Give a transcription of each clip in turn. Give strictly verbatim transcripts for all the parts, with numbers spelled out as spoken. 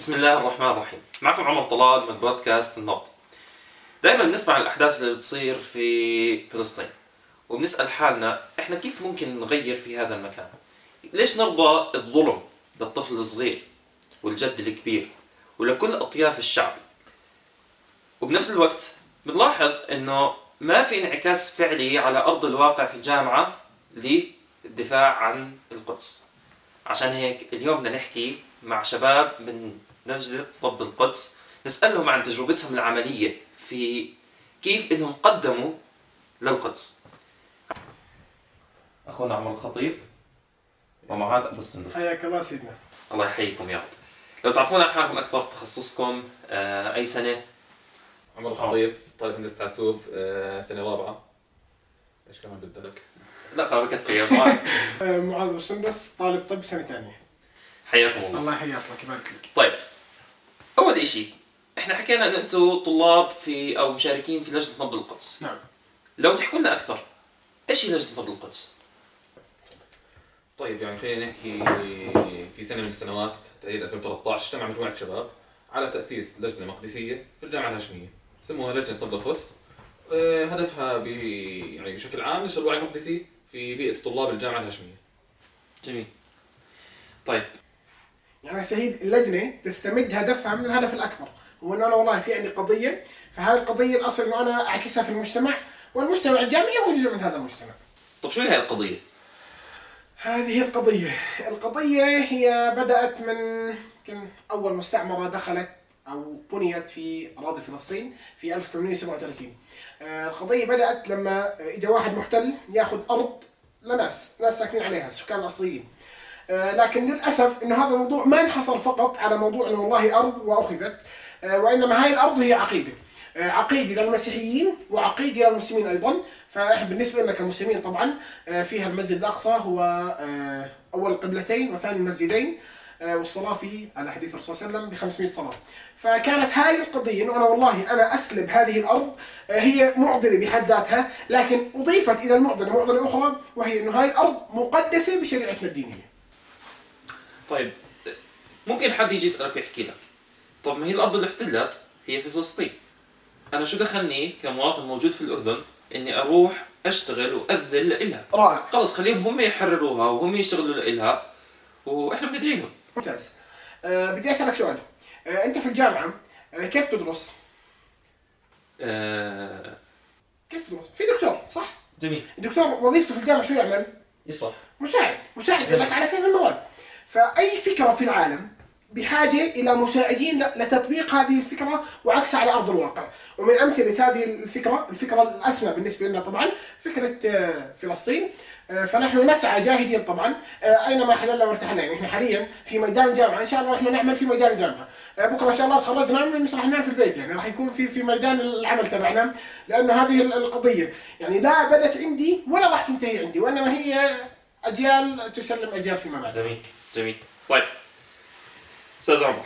بسم الله الرحمن الرحيم. معكم عمر طلال من بودكاست النبض. دائما بنسمع الأحداث اللي بتصير في فلسطين وبنسأل حالنا إحنا كيف ممكن نغير في هذا المكان؟ ليش نرضى الظلم للطفل الصغير والجد الكبير ولكل أطياف الشعب؟ وبنفس الوقت بنلاحظ إنه ما في انعكاس فعلي على أرض الواقع في الجامعة للدفاع عن القدس. عشان هيك اليوم بدنا نحكي مع شباب من لجنة نبض القدس، نسألهم عن تجربتهم العملية في كيف إنهم قدموا للقدس. أخونا عمر الخطيب ومعاذ أبو السندس. حياك الله سيدنا. الله يحييكم يا رب. لو تعرفون عن حالكم أكثر، تخصصكم آه، أي سنة؟ عمر الخطيب، طالب هندسة حاسوب، آه، سنة رابعة. إيش كمان بدك؟ لا خلاص بكفي يا معاذ. معاذ أبو السندس، طالب طب سنة ثانية. حياكم الله. الله يحيي أصلك يبارك فيك. طيب، أول إشي إحنا حكينا إن أنتم طلاب في أو مشاركين في لجنة نبض القدس. نعم. لو تحكوا لنا أكثر، إيش هي لجنة نبض القدس؟ طيب يعني خلينا نحكي في سنة من السنوات تقريبا ألفين وثلاثة عشر اجتمع مجموعة شباب على تأسيس لجنة مقدسية في الجامعة الهاشمية، سموها لجنة نبض القدس. آه، هدفها ب يعني بشكل عام نشر الوعي المقدسي في بيئة طلاب الجامعة الهاشمية. جميل. طيب. يعني سهيد اللجنة تستمد هدفها من الهدف الأكبر، هو إنه أنا والله في عندي قضية، فهذه القضية الأصل إنه أنا أعكسها في المجتمع، والمجتمع الجامعي هو جزء من هذا المجتمع. طب شو هي القضية؟ هذه القضية، القضية هي بدأت من يمكن أول مستعمرة دخلت أو بنيت في أراضي فلسطين في ألف وثمانمئة وسبعة وثلاثين. القضية بدأت لما إجا واحد محتل يأخذ أرض لناس، ناس ساكنين عليها، السكان الأصليين. لكن للأسف إنه هذا الموضوع ما انحصر فقط على موضوع إنه والله أرض وأخذت، وإنما هاي الأرض هي عقيدة، عقيدة للمسيحيين وعقيدة للمسلمين أيضا. فإحنا بالنسبة لنا كمسلمين طبعا فيها المسجد الأقصى هو أول القبلتين وثاني المسجدين، والصلاة فيه على حديث الرسول صلى الله عليه وسلم بخمسمئة صلاة. فكانت هاي القضية إنه أنا والله أنا أسلب هذه الأرض، هي معضلة بحد ذاتها، لكن أضيفت إلى المعضلة معضلة أخرى، وهي إنه هاي الأرض مقدسة بشريعتنا الدينية. طيب، ممكن حد يجي يسألك ويحكي لك طب ما هي الأرض اللي احتلت هي في فلسطين، أنا شو دخلني كمواطن موجود في الأردن إني أروح أشتغل وأذل لإلها؟ رائع. خلص خليهم هم يحرروها وهم يشتغلوا لإلها وإحنا بندعيهم. ممتاز. أه بدي أسألك سؤال، أه أنت في الجامعة أه كيف تدرس؟ أه... كيف تدرس؟ في دكتور صح؟ جميل. الدكتور وظيفته في الجامعة شو يعمل؟ يصح. مساعد، مساعد لك على فهم المواد. فأي فكرة في العالم بحاجة إلى مساعدين لتطبيق هذه الفكرة وعكسها على أرض الواقع. ومن أمثلة هذه الفكرة، الفكرة الأسمى بالنسبة لنا طبعا فكرة فلسطين. فنحن نسعى جاهدين طبعا أينما حللنا وارتحلنا. يعني إحنا حاليا في ميدان الجامعة، إن شاء الله إحنا نعمل في ميدان الجامعة. بكرة إن شاء الله تخرجنا مش راح ننام في البيت، يعني راح يكون في في ميدان العمل تبعنا، لأنه هذه القضية يعني لا بدت عندي ولا راح تنتهي عندي، وإنما هي أجيال تسلم أجيال فيما بعد. جميل جميل. طيب أستاذ عمر،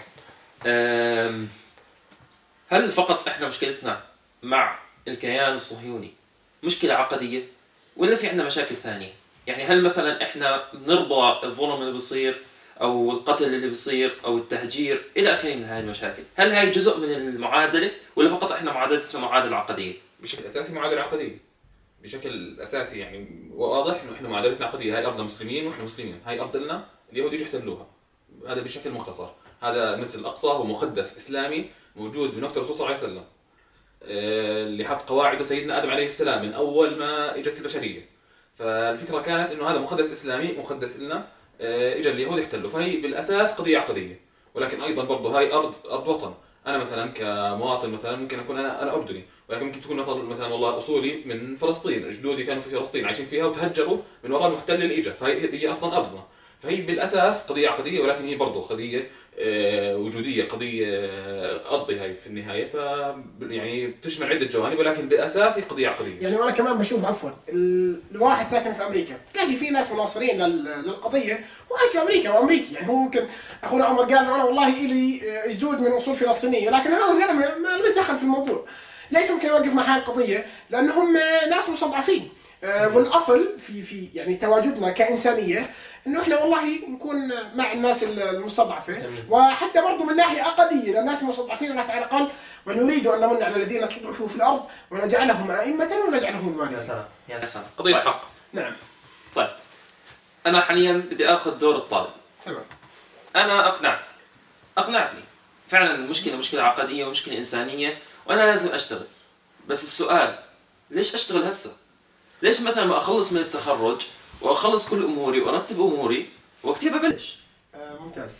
هل فقط إحنا مشكلتنا مع الكيان الصهيوني مشكلة عقدية ولا في عندنا مشاكل ثانية؟ يعني هل مثلا إحنا نرضى الظلم اللي بيصير أو القتل اللي بيصير أو التهجير إلى آخره من هاي المشاكل؟ هل هاي جزء من المعادلة ولا فقط إحنا معادلتنا معادلة عقدية؟ بشكل أساسي معادلة عقدية، بشكل أساسي يعني واضح إنه إحنا معادلتنا عقدية. هاي أرض مسلمين وإحنا مسلمين، هاي أرض لنا، اليهود يجوا يحتلوها. هذا بشكل مختصر. هذا مثل الأقصى هو مقدس إسلامي موجود من وقت الرسول صلى الله عليه وسلم، اللي حط قواعده سيدنا آدم عليه السلام من أول ما إجت البشرية. فالفكرة كانت إنه هذا مقدس إسلامي مقدس لنا، إجا اليهود يحتلوا. فهي بالأساس قضية عقدية، ولكن أيضا برضه هاي أرض أرض وطن. أنا مثلا كمواطن مثلا ممكن أكون أنا أنا أردني، ولكن ممكن تكون مثلا مثلا والله أصولي من فلسطين، جدودي كانوا في فلسطين عايشين فيها وتهجروا من وراء المحتل اللي إجا، فهي هي أصلا أرضنا. فهي بالأساس قضية عقدية، ولكن هي برضه قضية وجودية، قضية أرضي هاي في النهاية. ف يعني بتشمل عدة جوانب، ولكن بالأساس هي قضية عقدية. يعني وأنا كمان بشوف عفوا الواحد ساكن في أمريكا تلاقي في ناس مناصرين للقضية وعايش في أمريكا وأمريكي. يعني هو ممكن أخونا عمر قال أنا والله إلي جدود من أصول فلسطينية، لكن هذا زلمة ما له دخل في الموضوع. ليش ممكن يوقف مع هاي القضية؟ لأنهم ناس مستضعفين. والأصل في في يعني تواجدنا كإنسانية انه احنا والله نكون مع الناس المستضعفه. جميل. وحتى برضه من ناحيه عقديه للناس المستضعفين، الله تعالى قال ونريد ان نمن على الذين استضعفوا في الارض ونجعلهم ائمه ونجعلهم يا الوارثين. سلام يا سلام. قضيه طيب. حق. نعم طيب انا حاليا بدي اخذ دور الطالب. تمام. انا اقنعت اقنعتني فعلا المشكله مشكله عقديه ومشكله انسانيه وانا لازم اشتغل. بس السؤال ليش اشتغل هسه؟ ليش مثلا ما اخلص من التخرج واخلص كل اموري وارتب اموري وقتها ببلش؟ آه ممتاز.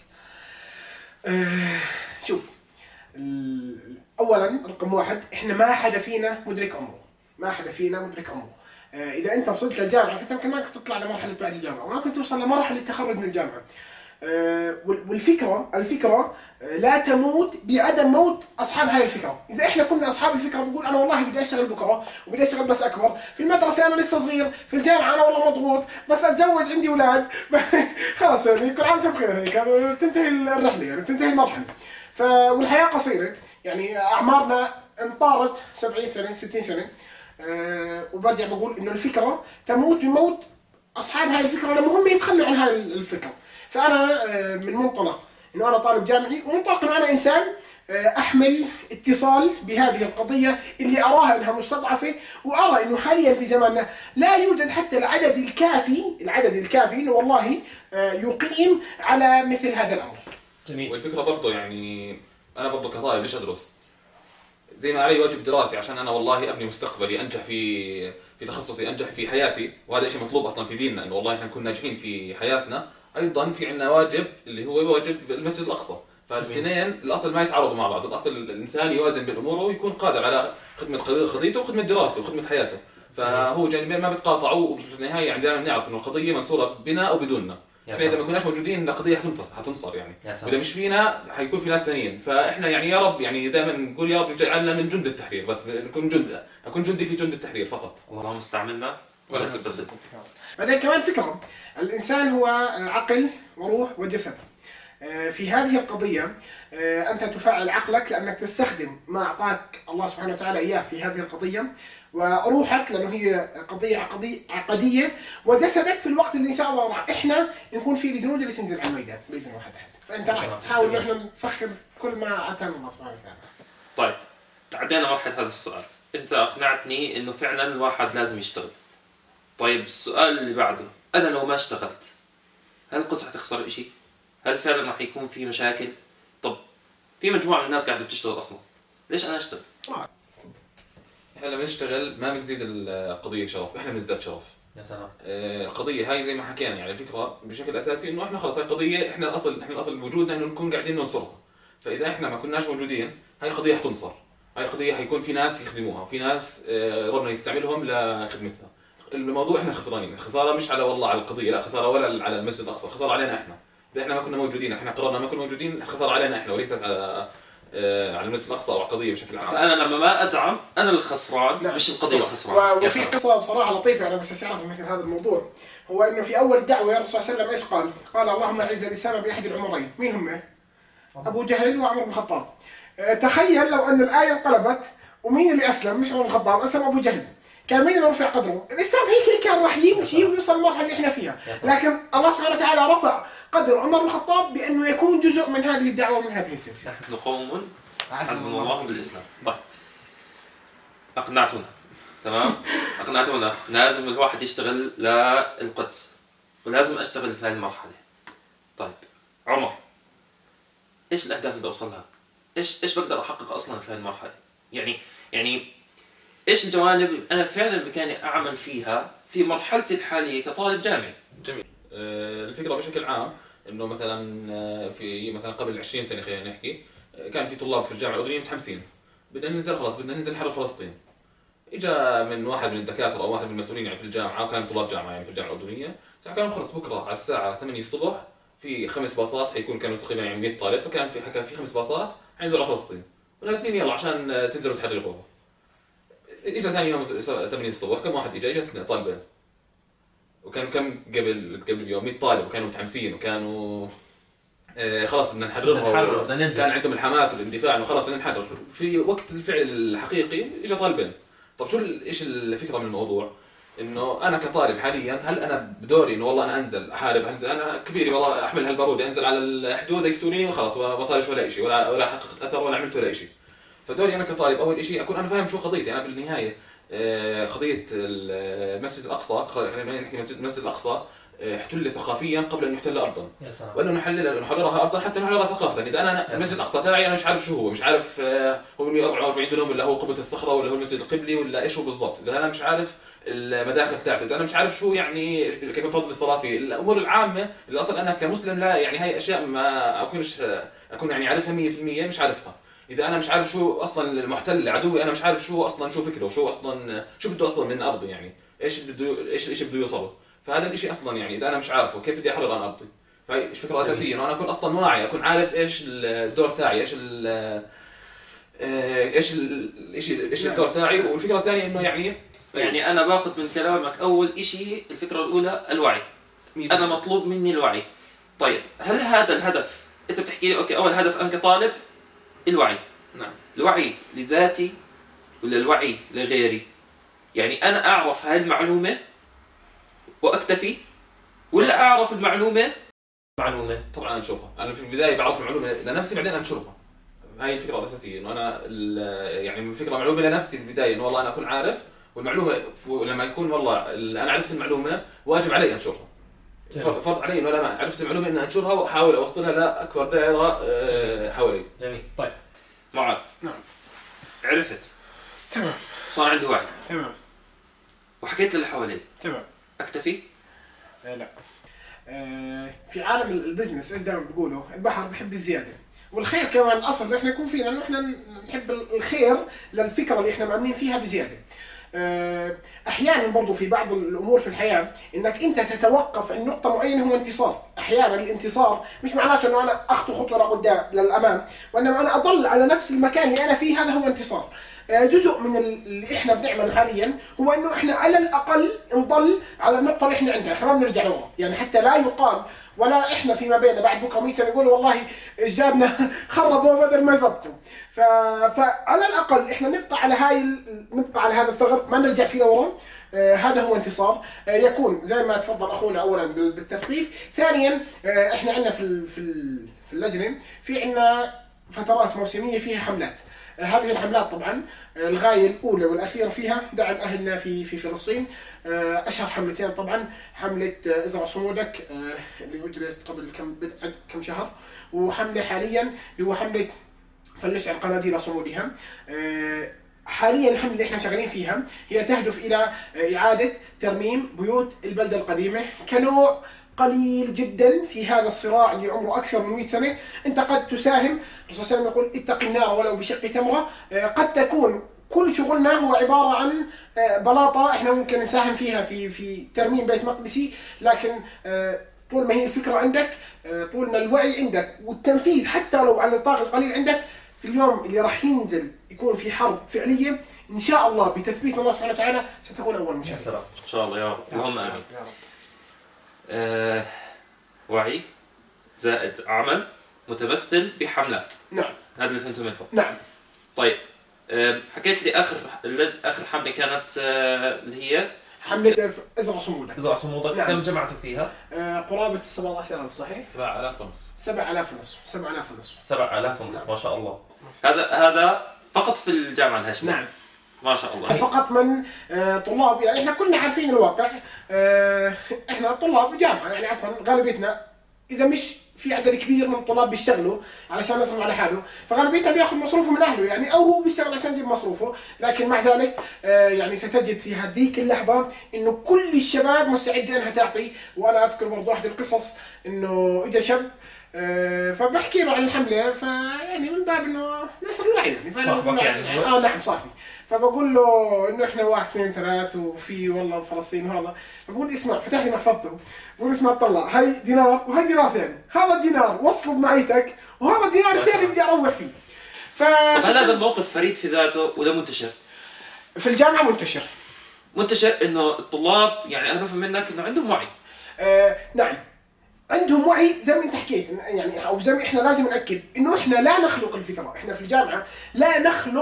آه شوف، ال- اولا رقم واحد، احنا ما حدا فينا مدرك عمره، ما حدا فينا مدرك عمره. آه اذا انت وصلت للجامعه فانت يمكن ما كنت تطلع لمرحله بعد الجامعه، وما كنت توصل لمرحله التخرج من الجامعه. آه وال- والفكره الفكره آه لا تموت بعدم موت اصحاب هذه الفكره. اذا احنا كنا اصحاب الفكره بقول انا والله بدي اشتغل بكره وبدي اشتغل بس اكبر، في المدرسه انا لسه صغير، في الجامعه انا والله مضغوط، بس اتزوج عندي اولاد خلاص يعني كل عام وانتم بخير، هيك يعني تنتهي الرحله، يعني تنتهي المرحله. ف والحياه قصيره، يعني اعمارنا انطارت سبعين سنه ستين سنه. أه وبرجع بقول انه الفكره تموت بموت اصحاب هاي الفكره لما هم يتخلوا عن هاي الفكره. فانا أه من منطلق انه انا طالب جامعي، ومنطلق انه انا انسان أه احمل اتصال بهذه القضيه اللي اراها انها مستضعفه، وارى انه حاليا في زماننا لا يوجد حتى العدد الكافي العدد الكافي انه والله أه يقيم على مثل هذا الامر. جميل. والفكره برضه يعني انا برضه كطالب ليش ادرس؟ زي ما علي واجب دراسي عشان انا والله ابني مستقبلي، انجح في في تخصصي، انجح في حياتي، وهذا شيء مطلوب اصلا في ديننا انه والله احنا نكون ناجحين في حياتنا. ايضا في عندنا واجب اللي هو واجب المسجد الاقصى، فالاثنين الاصل ما يتعارضوا مع بعض، الاصل الانسان يوازن بين اموره ويكون قادر على خدمه قضيته وخدمه دراسته وخدمه حياته، فهو جانبين ما بيتقاطعوا، وفي النهايه يعني دائما نعرف انه القضيه منصوره بنا او بدوننا. احنا اذا ما كناش موجودين القضيه حتنتصر حتنصر يعني، واذا مش فينا حيكون في ناس ثانيين. فاحنا يعني يا رب يعني دائما نقول يا رب اجعلنا من جند التحرير، بس نكون جند اكون جندي في جند التحرير فقط. اللهم استعملنا ولا نستبدل. بعدين كمان فكره، الانسان هو عقل وروح وجسد. في هذه القضيه انت تفعل عقلك لانك تستخدم ما اعطاك الله سبحانه وتعالى اياه في هذه القضيه، وروحك لانه هي قضيه عقديه عقديه، وجسدك في الوقت اللي ان شاء الله راح احنا نكون فيه الجنود اللي تنزل على الميدان باذن واحد احد. فانت راح تحاول انه احنا نسخر كل ما اتانا الله سبحانه وتعالى. طيب تعدينا مرحله هذا السؤال، انت اقنعتني انه فعلا الواحد لازم يشتغل. طيب السؤال اللي بعده، انا لو ما اشتغلت هل القدس حتخسر شيء؟ هل فعلا راح يكون في مشاكل؟ طب في مجموعه من الناس قاعده بتشتغل اصلا، ليش انا اشتغل؟ احنا لما نشتغل ما بنزيد القضيه شرف، احنا بنزداد شرف. يا سلام. القضيه هاي زي ما حكينا يعني الفكره بشكل اساسي انه احنا خلص هاي القضيه احنا الاصل احنا الاصل بوجودنا انه نكون قاعدين ننصرها، فاذا احنا ما كناش موجودين هاي القضيه حتنصر، هاي القضيه حيكون في ناس يخدموها، في ناس ربنا يستعملهم لخدمتها. الموضوع احنا خسرانين، الخساره مش على والله على القضيه، لا خساره ولا على المسجد الاقصى، الخساره علينا احنا. اذا احنا ما كنا موجودين، احنا قررنا ما كنا موجودين، الخساره علينا احنا وليست على على المسجد الاقصى او القضيه بشكل عام. فانا لما ما ادعم انا الخسران، نعم. مش القضيه الخسران. وفي قصه بصراحه لطيفه انا بس اعرف مثل هذا الموضوع، هو انه في اول الدعوه يا رسول الله صلى الله عليه وسلم ايش قال؟ قال اللهم اعز الاسلام باحد العمرين، مين هم؟ ابو جهل وعمر بن الخطاب. أه تخيل لو ان الايه انقلبت ومين اللي اسلم؟ مش عمر بن الخطاب، اسلم ابو جهل. كان مين اللي رفع قدره؟ الاسلام هيك كان راح يمشي ويوصل للمرحله اللي احنا فيها، لكن الله سبحانه وتعالى رفع قدر عمر بن الخطاب بانه يكون جزء من هذه الدعوه ومن هذه السلسله. نحن قوم عزنا الله بالاسلام. طيب اقنعتنا تمام؟ اقنعتنا لازم الواحد يشتغل للقدس ولازم اشتغل في هذه المرحله. طيب عمر، ايش الاهداف اللي اوصل لها؟ ايش ايش بقدر احقق اصلا في هذه المرحله؟ يعني يعني ايش الجوانب اللي انا فعلا بكاني اعمل فيها في مرحلتي الحاليه كطالب جامعي؟ جميل. الفكره بشكل عام انه مثلا في مثلا قبل عشرين سنه خلينا نحكي، كان في طلاب في الجامعه الاردنيه متحمسين، بدنا ننزل خلاص بدنا ننزل نحرر فلسطين. اجى من واحد من الدكاتره او واحد من المسؤولين يعني في الجامعه، وكان طلاب جامعه يعني في الجامعه الاردنيه، قالوا خلاص بكره على الساعه ثمانية الصبح في خمس باصات حيكون، كانوا تقريبا يعني مئة طالب، فكان في حكى في خمس باصات حينزلوا على فلسطين ونازلين يلا عشان تنزلوا تحرروا. اجى ثاني يوم ثمانية الصبح كم واحد اجى؟ اجى اثنين طالبين، وكانوا كم قبل قبل اليوم مئة طالب، وكانوا متحمسين وكانوا آه خلاص بدنا نحررها، بدنا ننزل، كان عندهم الحماس والاندفاع انه خلاص بدنا نحرر. في وقت الفعل الحقيقي اجى طالبين. طب شو ايش الفكره من الموضوع؟ انه انا كطالب حاليا هل انا بدوري انه والله انا انزل احارب، انزل انا كبيري والله احمل هالبارود انزل على الحدود يقتلوني وخلاص ما صارش ولا شيء ولا ولا حققت اثر ولا عملت ولا شيء. فدوري انا كطالب اول شيء اكون انا فاهم شو قضيتي. انا بالنهايه قضيه المسجد الاقصى، خلينا نحكي المسجد الاقصى احتل ثقافيا قبل ان يحتل ارضا، وانه نحللها نحررها ارضا حتى نحررها ثقافه. اذا انا المسجد الاقصى تاعي انا مش عارف شو هو، مش عارف هو مية وأربعة وأربعين دونم ولا هو قبه الصخره ولا هو المسجد القبلي ولا ايش هو بالضبط، اذا انا مش عارف المداخل تاعته، اذا انا مش عارف شو يعني كيف بفضل الصلاه فيه، الامور العامه اللي اصلا انا كمسلم لا يعني هاي اشياء ما اكونش اكون يعني عارفها مية بالمية مش عارفها. اذا انا مش عارف شو اصلا المحتل عدوي، انا مش عارف شو اصلا شو فكره وشو اصلا شو بده اصلا من ارضي، يعني ايش بده ايش الشيء بده يوصله. فهذا الشيء اصلا يعني اذا انا مش عارفه كيف بدي احرر عن ارضي. فهي فكره اساسيه انه انا اكون اصلا واعي، اكون عارف ايش الدور تاعي، ايش ال ايش الشيء ايش الدور تاعي. والفكره الثانيه انه يعني يعني انا باخذ من كلامك اول شيء الفكره الاولى الوعي. انا مطلوب مني الوعي. طيب هل هذا الهدف انت بتحكي لي اوكي اول هدف انا كطالب الوعي، نعم الوعي لذاتي ولا الوعي لغيري؟ يعني انا اعرف هاي المعلومه واكتفي ولا اعرف المعلومه معلومه؟ طبعا انشرها. انا في البدايه بعرف المعلومه لنفسي بعدين انشرها. هاي الفكره الاساسيه انه انا يعني فكره معلومه لنفسي في البدايه انه والله انا اكون عارف، والمعلومه لما يكون والله انا عرفت المعلومه واجب علي انشرها. فرض علي انه انا عرفت المعلومه ان انشرها واحاول اوصلها لاكبر دائره حوالي. جميل. طيب معاذ. نعم. عرفت. تمام. صار عندي وعي. تمام. وحكيت للي حوالي. تمام. اكتفي؟ آه لا. آه في عالم البزنس ايش دائما بيقولوا البحر بحب الزياده والخير كمان. اصلا احنا يكون فينا انه احنا نحب الخير للفكره اللي احنا مؤمنين فيها بزياده. احيانا برضو في بعض الامور في الحياه انك انت تتوقف عند نقطه معينه هو انتصار. احيانا الانتصار مش معناته انه انا اخطو خطوه لقدام للامام، وانما انا اضل على نفس المكان اللي انا فيه، هذا هو انتصار. جزء من اللي احنا بنعمله حاليا هو انه احنا على الاقل نضل على النقطه اللي احنا عندها، احنا ما بنرجع لورا، يعني حتى لا يقال ولا احنا فيما بيننا بعد بكره مية سنه نقول والله ايش جابنا خربوا بدل ما زبطوا. ف... فعلى الاقل احنا نبقى على هاي ال... نبقى على هذا الثغر، ما نرجع فيه لورا. آه هذا هو انتصار. آه يكون زي ما تفضل اخونا اولا بالتثقيف. ثانيا آه احنا عندنا في ال... في ال... في اللجنه في عندنا فترات موسميه فيها حملات. هذه الحملات طبعا الغايه الاولى والاخيره فيها دعم اهلنا في في فلسطين. اشهر حملتين طبعا حمله ازرع صمودك اللي اجرت قبل كم كم شهر، وحمله حاليا هو حمله فلنشعل قناديل صمودها. حاليا الحمله اللي احنا شغالين فيها هي تهدف الى اعاده ترميم بيوت البلده القديمه كنوع قليل جدا في هذا الصراع اللي عمره اكثر من مئة سنه. انت قد تساهم، الرسول صلى الله عليه وسلم يقول اتق النار ولو بشق تمره. قد تكون كل شغلنا هو عباره عن بلاطه احنا ممكن نساهم فيها في في ترميم بيت مقدسي، لكن طول ما هي الفكره عندك، طول ما الوعي عندك والتنفيذ حتى لو على النطاق القليل عندك، في اليوم اللي راح ينزل يكون في حرب فعليه ان شاء الله بتثبيت الله سبحانه وتعالى ستكون اول مشاركه. سلام ان شاء الله يا رب. اللهم امين. آه، وعي زائد عمل متمثل بحملات. نعم. هذا اللي فهمته منكم. نعم. طيب آه، حكيت لي اخر اخر حمله كانت آه، اللي هي حمله ازرع صمودك. ازرع صمودك. نعم. كم جمعتوا فيها؟ آه، قرابه سبعة عشر ألف صحيح؟ سبعة آلاف ونصف. سبعة آلاف ونصف. سبعة آلاف ونصف. سبعة آلاف ونصف. نعم. ما شاء الله. هذا هذا فقط في الجامعه الهاشميه. نعم. ما شاء الله. فقط من آه، طلاب، يعني احنا كلنا عارفين الواقع. آه، احنا طلاب جامعه، يعني عفوا غالبيتنا اذا مش في عدد كبير من الطلاب بيشتغلوا علشان يصرف على حاله، فغالبيتها بياخذ مصروفه من اهله يعني، او هو بيشتغل عشان يجيب مصروفه. لكن مع ذلك آه، يعني ستجد في هذيك اللحظه انه كل الشباب مستعده انها تعطي. وانا اذكر برضه احد القصص انه اجى شاب آه، فبحكي له عن الحمله، فيعني من باب انه نشر الوعي يعني. صاحبك يعني؟ اه نعم صاحبي. فبقول له انه احنا واحد اثنين ثلاث وفي والله فلسطين وهذا. بقول اسمع، فتح لي محفظته، بقول اسمع طلع هاي دينار وهي دينار ثاني، هذا الدينار وصله بمعيتك وهذا الدينار الثاني بدي اروح فيه. ف هل هذا الموقف فريد في ذاته ولا منتشر؟ في الجامعه منتشر. منتشر انه الطلاب، يعني انا بفهم منك انه عندهم وعي. آه نعم عندهم وعي زي ما انت حكيت يعني، او زي ما احنا لازم ناكد انه احنا لا نخلق الفكره. احنا في الجامعه لا نخلق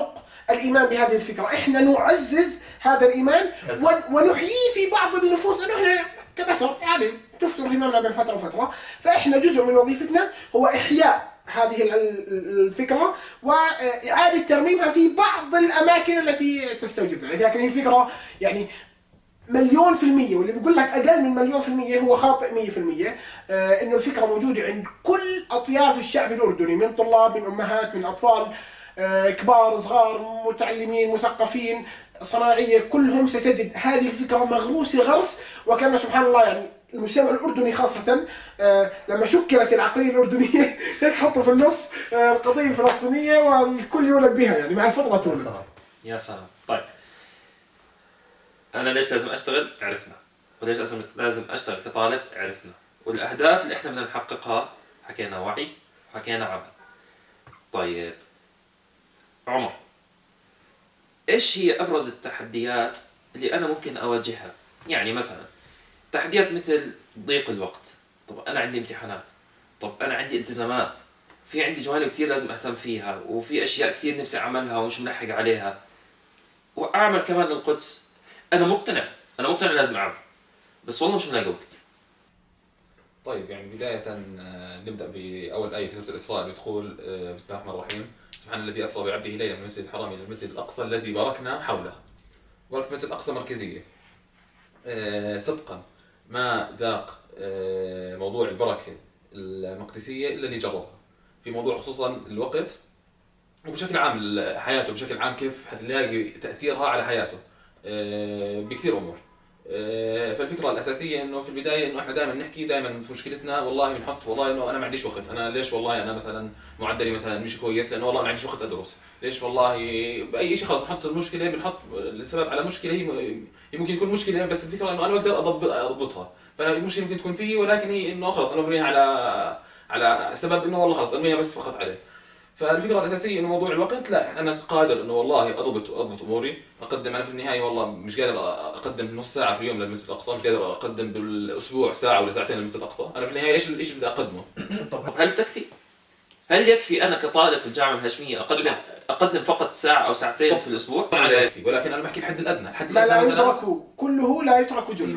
الايمان بهذه الفكره، احنا نعزز هذا الايمان يس. ون- ونحييه في بعض النفوس، لانه احنا كبشر يعني تفتر هممنا بين فتره وفتره، فاحنا جزء من وظيفتنا هو احياء هذه ال- ال- الفكره واعاده ترميمها في بعض الاماكن التي تستوجبها، لكن هي الفكره يعني مليون في المية، واللي بيقول لك أقل من مليون في المية هو خاطئ مية في المية. آه إنه الفكرة موجودة عند كل أطياف الشعب الأردني، من طلاب، من أمهات، من أطفال، آه كبار، صغار، متعلمين، مثقفين، صناعية، كلهم ستجد هذه الفكرة مغروسة غرس. وكان سبحان الله يعني المجتمع الأردني خاصة آه لما شكلت العقلية الأردنية هيك حطوا في النص آه القضية الفلسطينية والكل يولد بها يعني مع الفطرة يا تولد. سلام يا سلام. طيب أنا ليش لازم أشتغل؟ عرفنا. وليش لازم لازم أشتغل كطالب؟ عرفنا. والأهداف اللي إحنا بدنا نحققها حكينا وعي وحكينا عمل. طيب عمر، إيش هي أبرز التحديات اللي أنا ممكن أواجهها؟ يعني مثلا تحديات مثل ضيق الوقت. طب أنا عندي امتحانات، طب أنا عندي التزامات، في عندي جوانب كثير لازم أهتم فيها، وفي أشياء كثير نفسي أعملها ومش ملحق عليها، وأعمل كمان القدس. أنا مقتنع أنا مقتنع لازم أعمل، بس والله مش ملاقي وقت. طيب يعني بداية آه، نبدأ بأول آية في سورة الإسراء بتقول آه، بسم الله الرحمن الرحيم: سبحان الذي أسرى بعبده ليلا من المسجد الحرام إلى المسجد الأقصى الذي باركنا حوله. بارك المسجد الأقصى مركزية. آه، صدقا ما ذاق آه، موضوع البركة المقدسية إلا اللي جربها في موضوع خصوصا الوقت، وبشكل عام حياته بشكل عام كيف حتلاقي تأثيرها على حياته آه، بكثير أمور. آه، فالفكرة الأساسية إنه في البداية إنه إحنا دائما نحكي دائما في مشكلتنا والله بنحط والله إنه أنا ما عنديش وقت، أنا ليش والله أنا مثلا معدلي مثلا مش كويس لأنه والله ما عنديش وقت أدرس، ليش والله بأي شيء خلاص بنحط المشكلة بنحط السبب على مشكلة هي هي ممكن تكون مشكلة بس الفكرة إنه أنا بقدر أضبط أضبطها، فالمشكلة ممكن تكون فيه ولكن هي إنه خلاص أنا برميها على على سبب إنه والله خلاص أرميها بس فقط عليه. فالفكره الاساسيه انه موضوع الوقت لا انا قادر انه والله اضبط اضبط اموري، اقدم انا في النهايه والله مش قادر اقدم نص ساعه في اليوم للمسجد الاقصى، مش قادر اقدم بالاسبوع ساعه ولا ساعتين للمسجد الاقصى، انا في النهايه ايش ايش بدي اقدمه؟ طب هل تكفي؟ هل يكفي أنا كطالب في الجامعة الهاشمية أقدم أقدم فقط ساعة أو ساعتين في الأسبوع؟ طبعا لا يكفي، ولكن انا بحكي الحد الادنى، الحد لا لا الادنى يترك كله، لا يترك جله،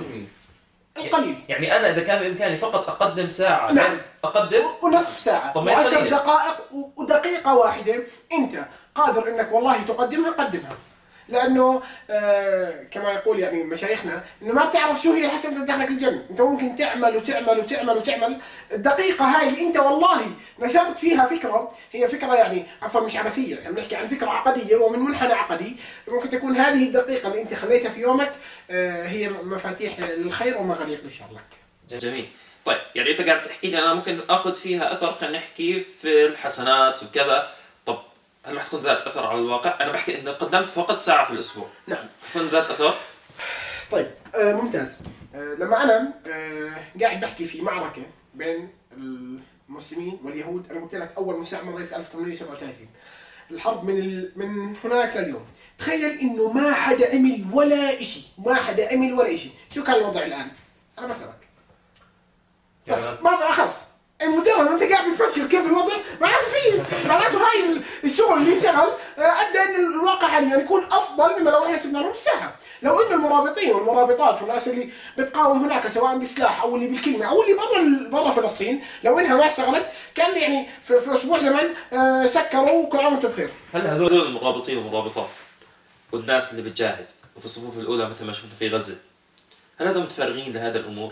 القليل. يعني أنا إذا كان بإمكاني فقط أقدم ساعة، نعم. أقدم ونصف ساعة طب ما هي وعشر قليلة. دقائق ودقيقة واحدة أنت قادر أنك والله تقدمها قدمها، لأنه آه كما يقول يعني مشايخنا إنه ما بتعرف شو هي الحسنة اللي تدخلك الجنة، أنت ممكن تعمل وتعمل وتعمل وتعمل الدقيقة هاي اللي أنت والله نشرت فيها فكرة، هي فكرة يعني عفوا مش عبثية، يعني بنحكي عن فكرة عقدية ومن منحنى عقدي، ممكن تكون هذه الدقيقة اللي أنت خليتها في يومك آه هي مفاتيح للخير ومغاليق للشر لك. جميل. طيب يعني انت قاعد تحكي لي انا ممكن اخذ فيها اثر، خلينا نحكي في الحسنات وكذا، طب هل راح تكون ذات اثر على الواقع؟ انا بحكي اني قدمت فقط ساعه في الاسبوع، نعم تكون ذات اثر؟ طيب آه ممتاز. آه لما انا آه قاعد بحكي في معركه بين المسلمين واليهود، انا قلت لك اول مستعمره في ألف وثمانمئة وسبعة وثلاثين، الحرب من ال... من هناك لليوم، تخيل انه ما حدا عمل ولا شيء، ما حدا عمل ولا شيء، شو كان الوضع الان؟ انا بسألك بس ما خلص المجرد انت قاعد بتفكر كيف الوضع معناته في معناته هاي الشغل اللي انشغل ادى ان الواقع حاليا يكون افضل مما لو احنا سبنا لهم الساحه، لو ان المرابطين والمرابطات والناس اللي بتقاوم هناك سواء بسلاح او اللي بالكلمه او اللي برا برا فلسطين لو انها ما اشتغلت كان يعني في, في اسبوع زمن سكروا وكل عام وانتم بخير. هل هذول المرابطين والمرابطات والناس اللي بتجاهد وفي الصفوف الاولى مثل ما شفنا في غزه، هل هذول متفرغين لهذا الامور؟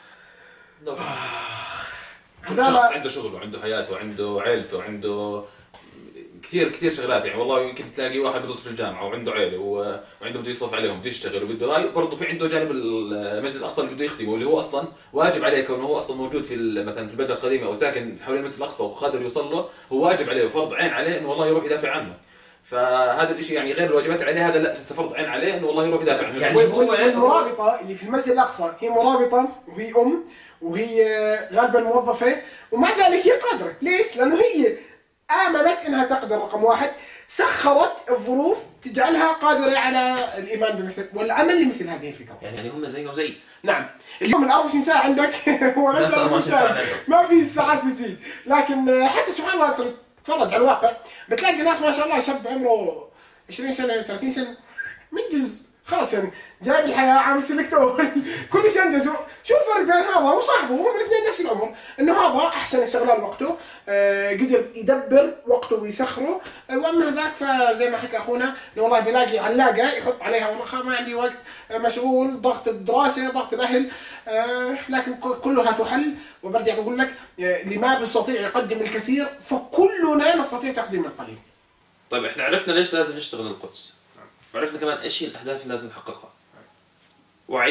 كل شخص عنده شغله وعنده حياته وعنده عائلته وعنده كثير كثير شغلات، يعني والله يمكن تلاقي واحد بدرس في الجامعه وعنده عائله وعنده بده يصرف عليهم بده يشتغل وبده هاي، برضه في عنده جانب المسجد الاقصى اللي بده يخدمه اللي هو اصلا واجب عليه كونه هو اصلا موجود في مثلا في البلده القديمه او ساكن حول المسجد الاقصى وقادر يوصل له، هو واجب عليه وفرض عين عليه انه والله يروح يدافع عنه. فهذا الشيء يعني غير الواجبات عليه، هذا لا فرض عين عليه انه والله يروح يدافع عنه. يعني هو المرابطه اللي في المسجد الاقصى هي مرابطه وهي ام وهي غالبا موظفه ومع ذلك هي قادره، ليش؟ لانه هي امنت انها تقدر، رقم واحد سخرت الظروف تجعلها قادره على الايمان بمثل والعمل لمثل هذه الفكره. يعني هم زيهم زي نعم اليوم ال أربعة وعشرين ساعه عندك هو نفس أربعة وعشرين ساعه ما في ساعات بتزيد، لكن حتى سبحان الله تتفرج على الواقع بتلاقي ناس ما شاء الله شاب عمره عشرين سنه ثلاثين سنه منجز خلاص يعني جايب الحياه عامل سلكتور كل شيء انجز. شو الفرق بين هذا وصاحبه؟ هم الاثنين نفس العمر. انه هذا احسن استغلال وقته، آه قدر يدبر وقته ويسخره، آه واما ذاك فزي ما حكى اخونا انه والله بيلاقي علاقه يحط عليها والله ما عندي وقت، آه مشغول، ضغط الدراسه، ضغط الاهل، آه لكن كلها تحل. وبرجع بقول لك آه اللي ما بيستطيع يقدم الكثير فكلنا نستطيع تقديم القليل. طيب احنا عرفنا ليش لازم نشتغل القدس، وعرفنا كمان ايش هي الاهداف اللي لازم نحققها. وعي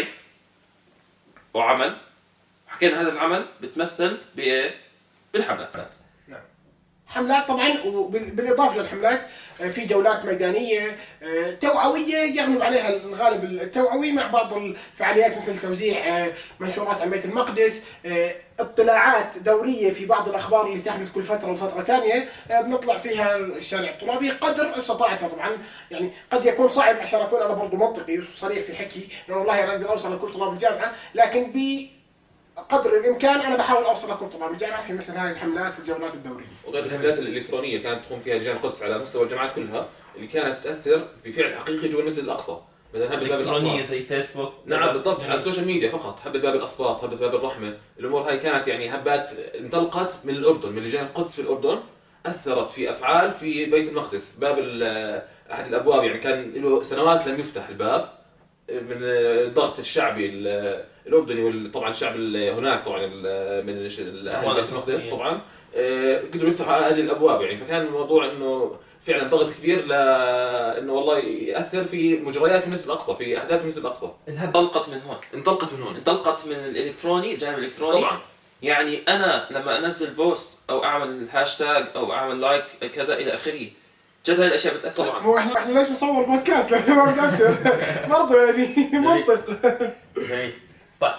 وعمل. حكينا هذا العمل بتمثل بايه؟ بالحملات. نعم. حملات طبعا، وبالاضافه للحملات في جولات ميدانيه توعويه يغلب عليها الغالب التوعوي، مع بعض الفعاليات مثل توزيع منشورات عن بيت المقدس، اطلاعات دوريه في بعض الاخبار اللي تحدث كل فتره وفتره ثانيه بنطلع فيها الشارع الترابي قدر استطاعتنا. طبعا يعني قد يكون صعب عشان اكون انا برضه منطقي وصريح في حكي انه والله انا اقدر اوصل لكل طلاب الجامعه، لكن بقدر الامكان انا بحاول اوصل لكل طلاب الجامعه في مثل هذه الحملات والجولات الدوريه. وغير الحملات الالكترونيه كانت تقوم فيها لجان القدس على مستوى الجامعات كلها، اللي كانت تاثر بفعل حقيقي جوا المسجد الاقصى. مثلا هبه باب الاسباط زي فيسبوك. نعم بالضبط، على السوشيال ميديا فقط. هبه باب الاسباط، هبه باب الرحمه، الامور هاي كانت يعني هبات انطلقت من الاردن، من لجان القدس في الاردن، اثرت في افعال في بيت المقدس. باب احد الابواب يعني كان له سنوات لم يفتح الباب من الضغط الشعبي الاردني، وطبعا الشعب هناك طبعا من اهل بيت المقدس طبعا قدروا يفتحوا هذه الابواب يعني. فكان الموضوع انه فعلا ضغط كبير لانه والله ياثر في مجريات المسجد الاقصى، في احداث المسجد الاقصى. انطلقت من هون انطلقت من هون انطلقت من الالكتروني، الجانب الالكتروني طبعا. يعني انا لما انزل بوست او اعمل هاشتاج او اعمل لايك كذا الى اخره، جد هاي الاشياء بتاثر طبعا. مو احنا احنا ليش بنصور بودكاست لو ما بتاثر برضه يعني منطق. جميل. طيب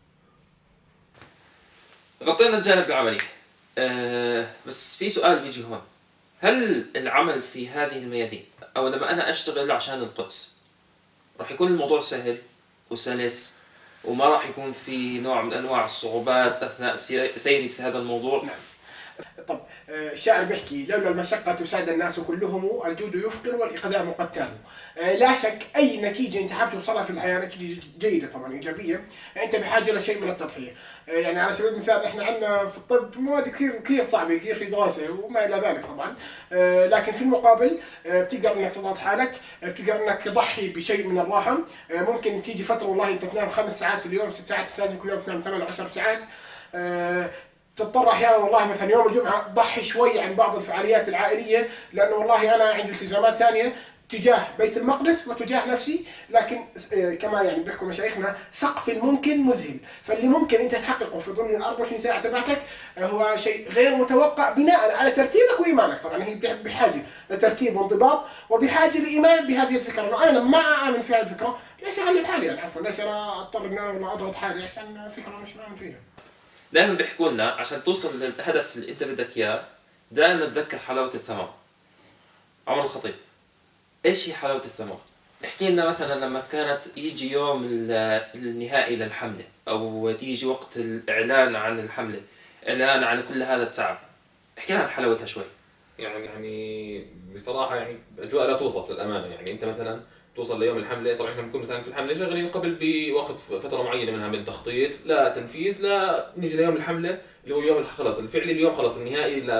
غطينا الجانب العملي، أه بس في سؤال بيجي هون. هل العمل في هذه الميادين او لما انا اشتغل عشان القدس راح يكون الموضوع سهل وسلس وما راح يكون في نوع من انواع الصعوبات اثناء سيري في هذا الموضوع؟ نعم. طب الشاعر بيحكي لولا المشقة تساد الناس كلهم، الجود يفقر والإقدام قتال. لا شك أي نتيجة أنت حابب توصلها في الحياة نتيجة جيدة طبعا إيجابية، أنت بحاجة لشيء من التضحية. يعني على سبيل المثال إحنا عندنا في الطب مواد كثير كثير صعبة، كثير في دراسة وما إلى ذلك طبعا، لكن في المقابل بتقدر إنك تضغط حالك، بتقدر إنك تضحي بشيء من الراحة. ممكن تيجي فترة والله أنت تنام خمس ساعات في اليوم، ست ساعات، لازم كل يوم تنام ثمان عشر ساعات. تضطر احيانا والله مثلا يوم الجمعه ضحي شوي عن بعض الفعاليات العائليه، لانه والله انا عندي التزامات ثانيه تجاه بيت المقدس وتجاه نفسي. لكن كما يعني بيحكوا مشايخنا سقف الممكن مذهل، فاللي ممكن انت تحققه في ضمن ال أربعة وعشرين ساعه تبعتك هو شيء غير متوقع بناء على ترتيبك وايمانك. طبعا هي بحاجه لترتيب وانضباط وبحاجه لايمان بهذه الفكره، انه انا لما اامن في هذه الفكره ليش اغلب حالي يعني عفوا، ليش انا اضطر ان انا اضغط حالي عشان فكره مش مؤمن فيها. دائما بيحكوا لنا عشان توصل للهدف اللي انت بدك اياه دائما تذكر حلاوه الثمر. عمر الخطيب، ايش هي حلاوه الثمر؟ احكي لنا مثلا لما كانت يجي يوم النهائي للحمله او يجي وقت الاعلان عن الحمله، اعلان عن كل هذا التعب، احكي لنا عن حلاوتها شوي. يعني يعني بصراحه يعني اجواء لا توصف للامانه. يعني انت مثلا توصل ليوم الحمله، طبعا احنا بنكون مثلا في الحمله شغالين قبل بوقت فتره معينه منها من تخطيط لا تنفيذ، لا نيجي ليوم الحمله اللي هو يوم خلص الفعلي، اليوم خلص النهائي ل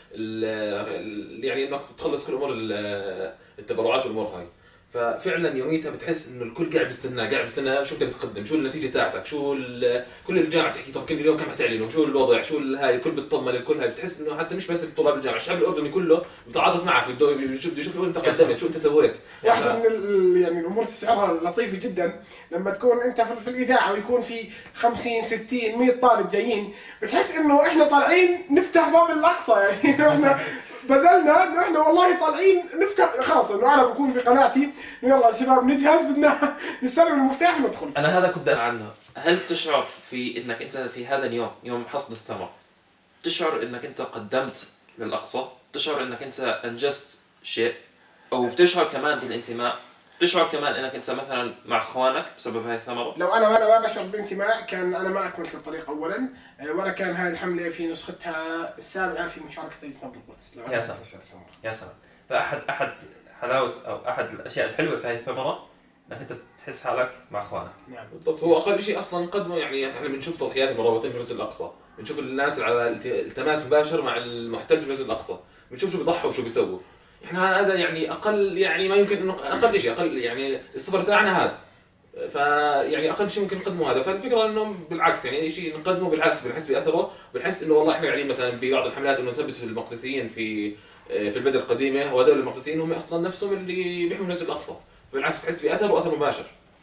يعني انك تخلص كل امور التبرعات والامور هاي. ففعلا يوميتها بتحس انه الكل قاعد بيستنى قاعد بيستنى شو بدك تقدم، شو النتيجه تاعتك، شو كل الجامعه تحكي طب كل اليوم كم حتعلنوا، شو الوضع، شو هاي، الكل بتطمن الكل هاي. بتحس انه حتى مش بس طلاب الجامعه، الشعب الاردني كله بيتعاطف معك، بده يشوف يشوف انت قدمت شو انت سويت. واحده من ال... يعني الامور تستشعرها لطيفه جدا لما تكون انت في, في الاذاعه ويكون في خمسين ستين مية طالب جايين، بتحس انه احنا طالعين نفتح باب الاقصى. يعني احنا بذلنا انه احنا والله طالعين نفتح خلاص، انه انا بكون في قناتي انه يلا شباب نجهز بدنا نستلم المفتاح وندخل. انا هذا كنت عنه. هل تشعر في انك انت في هذا اليوم يوم حصد الثمر تشعر انك انت قدمت للاقصى، تشعر انك انت انجزت شيء، او بتشعر كمان بالانتماء، تشعر كمان انك انت مثلا مع اخوانك بسبب هاي الثمره؟ لو انا انا ما بشعر بالانتماء كان انا ما اكملت الطريق اولا، ولا كان هاي الحمله في نسختها السابعه في مشاركه لجنه نبض القدس. يا سلام يا سلام. فاحد احد حلاوه او احد الاشياء الحلوه في هذه الثمره انك انت تحس حالك مع اخوانك. نعم بالضبط. هو اقل شيء اصلا نقدمه، يعني احنا بنشوف تضحيات المرابطين في المسجد الاقصى، بنشوف الناس اللي على الت- التماس مباشر مع المحتل في المسجد الاقصى، بنشوف شو بيضحوا وشو بيسووا. احنا هذا يعني اقل، يعني ما يمكن انه اقل شيء، اقل يعني الصفر تاعنا هذا، فيعني اقل شيء ممكن نقدمه هذا. فالفكره انه بالعكس، يعني اي شيء نقدمه بالعكس بنحس باثره، بنحس انه والله احنا قاعدين مثلا ببعض الحملات انه نثبت في المقدسيين في في البلده القديمه، وهذول المقدسيين هم اصلا نفسهم اللي بيحموا المسجد الاقصى، فبالعكس بتحس باثر واثر مباشر.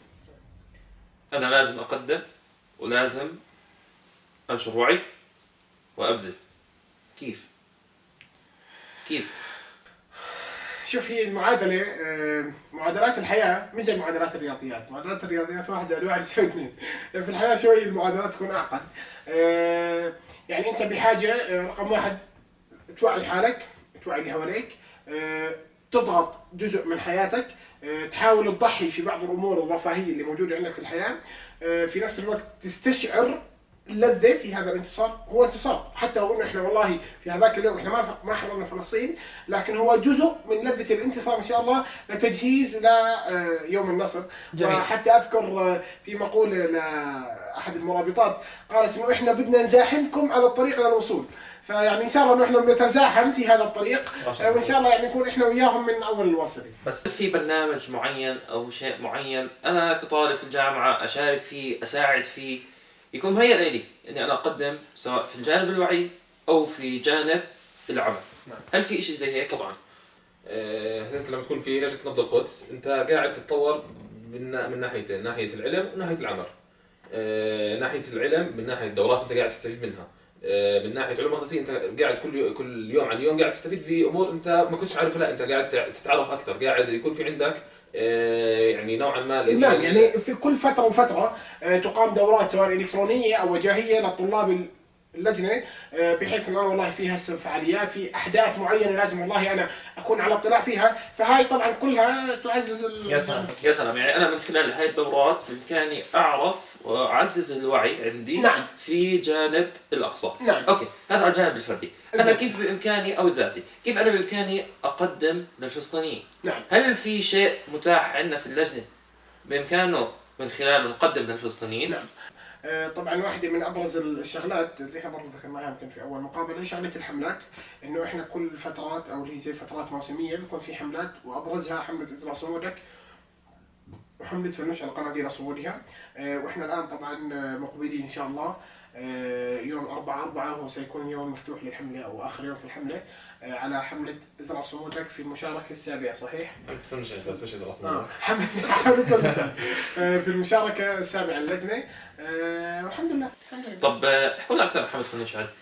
انا لازم اقدم ولازم انشر وعي وابذل. كيف؟ كيف؟ شوف، هي المعادلة آه، معادلات الحياة مش زي معادلات الرياضيات. معادلات الرياضيات واحد زائد واحد يساوي اثنين. في الحياة شوي المعادلات تكون أعقد. آه، يعني أنت بحاجة آه، رقم واحد توعي حالك، توعي اللي حواليك، آه، تضغط جزء من حياتك، آه، تحاول تضحي في بعض الأمور الرفاهية اللي موجودة عندك في الحياة، آه، في نفس الوقت تستشعر اللذة في هذا الانتصار. هو انتصار حتى لو قلنا احنا والله في هذاك اليوم احنا ما ما حررنا فلسطين، لكن هو جزء من لذة الانتصار ان شاء الله لتجهيز ليوم النصر. جميل. وحتى اذكر في مقولة لاحد المرابطات قالت انه احنا بدنا نزاحمكم على الطريق للوصول. فيعني ان شاء الله انه احنا بنتزاحم في هذا الطريق، وان شاء الله يعني نكون احنا وياهم من اول الواصلين. بس في برنامج معين او شيء معين انا كطالب في الجامعه اشارك فيه، اساعد فيه، يكون مهيئ لي اني انا اقدم سواء في الجانب الوعي او في جانب العمل. هل في شيء زي هيك؟ طبعا. آه، انت لما تكون في لجنه نبض القدس انت قاعد تتطور من من ناحيتين، ناحيه العلم وناحيه العمل. آه، ناحيه العلم من ناحيه الدورات انت قاعد تستفيد منها، آه، من ناحيه علوم المقدسيه انت قاعد كل يوم كل يوم عن يوم قاعد تستفيد في امور انت ما كنتش عارفها، لا انت قاعد تتعرف اكثر، قاعد يكون في عندك آه، يعني نوعا ما نعم. يعني في كل فترة وفترة آه، تقام دورات سواء إلكترونية أو وجاهية لطلاب اللجنة، آه، بحيث أن أنا والله فيها فعاليات في أحداث معينة لازم والله أنا أكون على اطلاع فيها. فهاي طبعا كلها تعزز ال... يا سلام يا سلام. يعني انا من خلال هاي الدورات بامكاني اعرف واعزز الوعي عندي. نعم. في جانب الاقصى. نعم. اوكي، هذا على الجانب الفردي. انا الذاتي. كيف بامكاني او الذاتي كيف انا بامكاني اقدم للفلسطينيين؟ نعم. هل في شيء متاح عندنا في اللجنه بامكانه من خلاله نقدم للفلسطينيين؟ نعم. آه، طبعا واحدة من أبرز الشغلات اللي احنا برضه ذكرناها يمكن في أول مقابلة هي شغلة الحملات، إنه احنا كل فترات أو اللي زي فترات موسمية بيكون في حملات، وأبرزها حملة إزرع صمودك وحملة فنوش على قناديل صمودها. آه، واحنا الآن طبعا مقبلين إن شاء الله آه، يوم أربعة أربعة هو سيكون يوم مفتوح للحملة أو آخر يوم في الحملة، آه، على حملة إزرع صمودك في المشاركة السابعة. صحيح؟ عم تفنش بس مش ازرع آه، صمودك. حملة حملة النساء آه، في المشاركة السابعة للجنة، آه، والحمد لله الحمد لله. طب آه، احكوا لنا اكثر عن حمله فنوش عاد.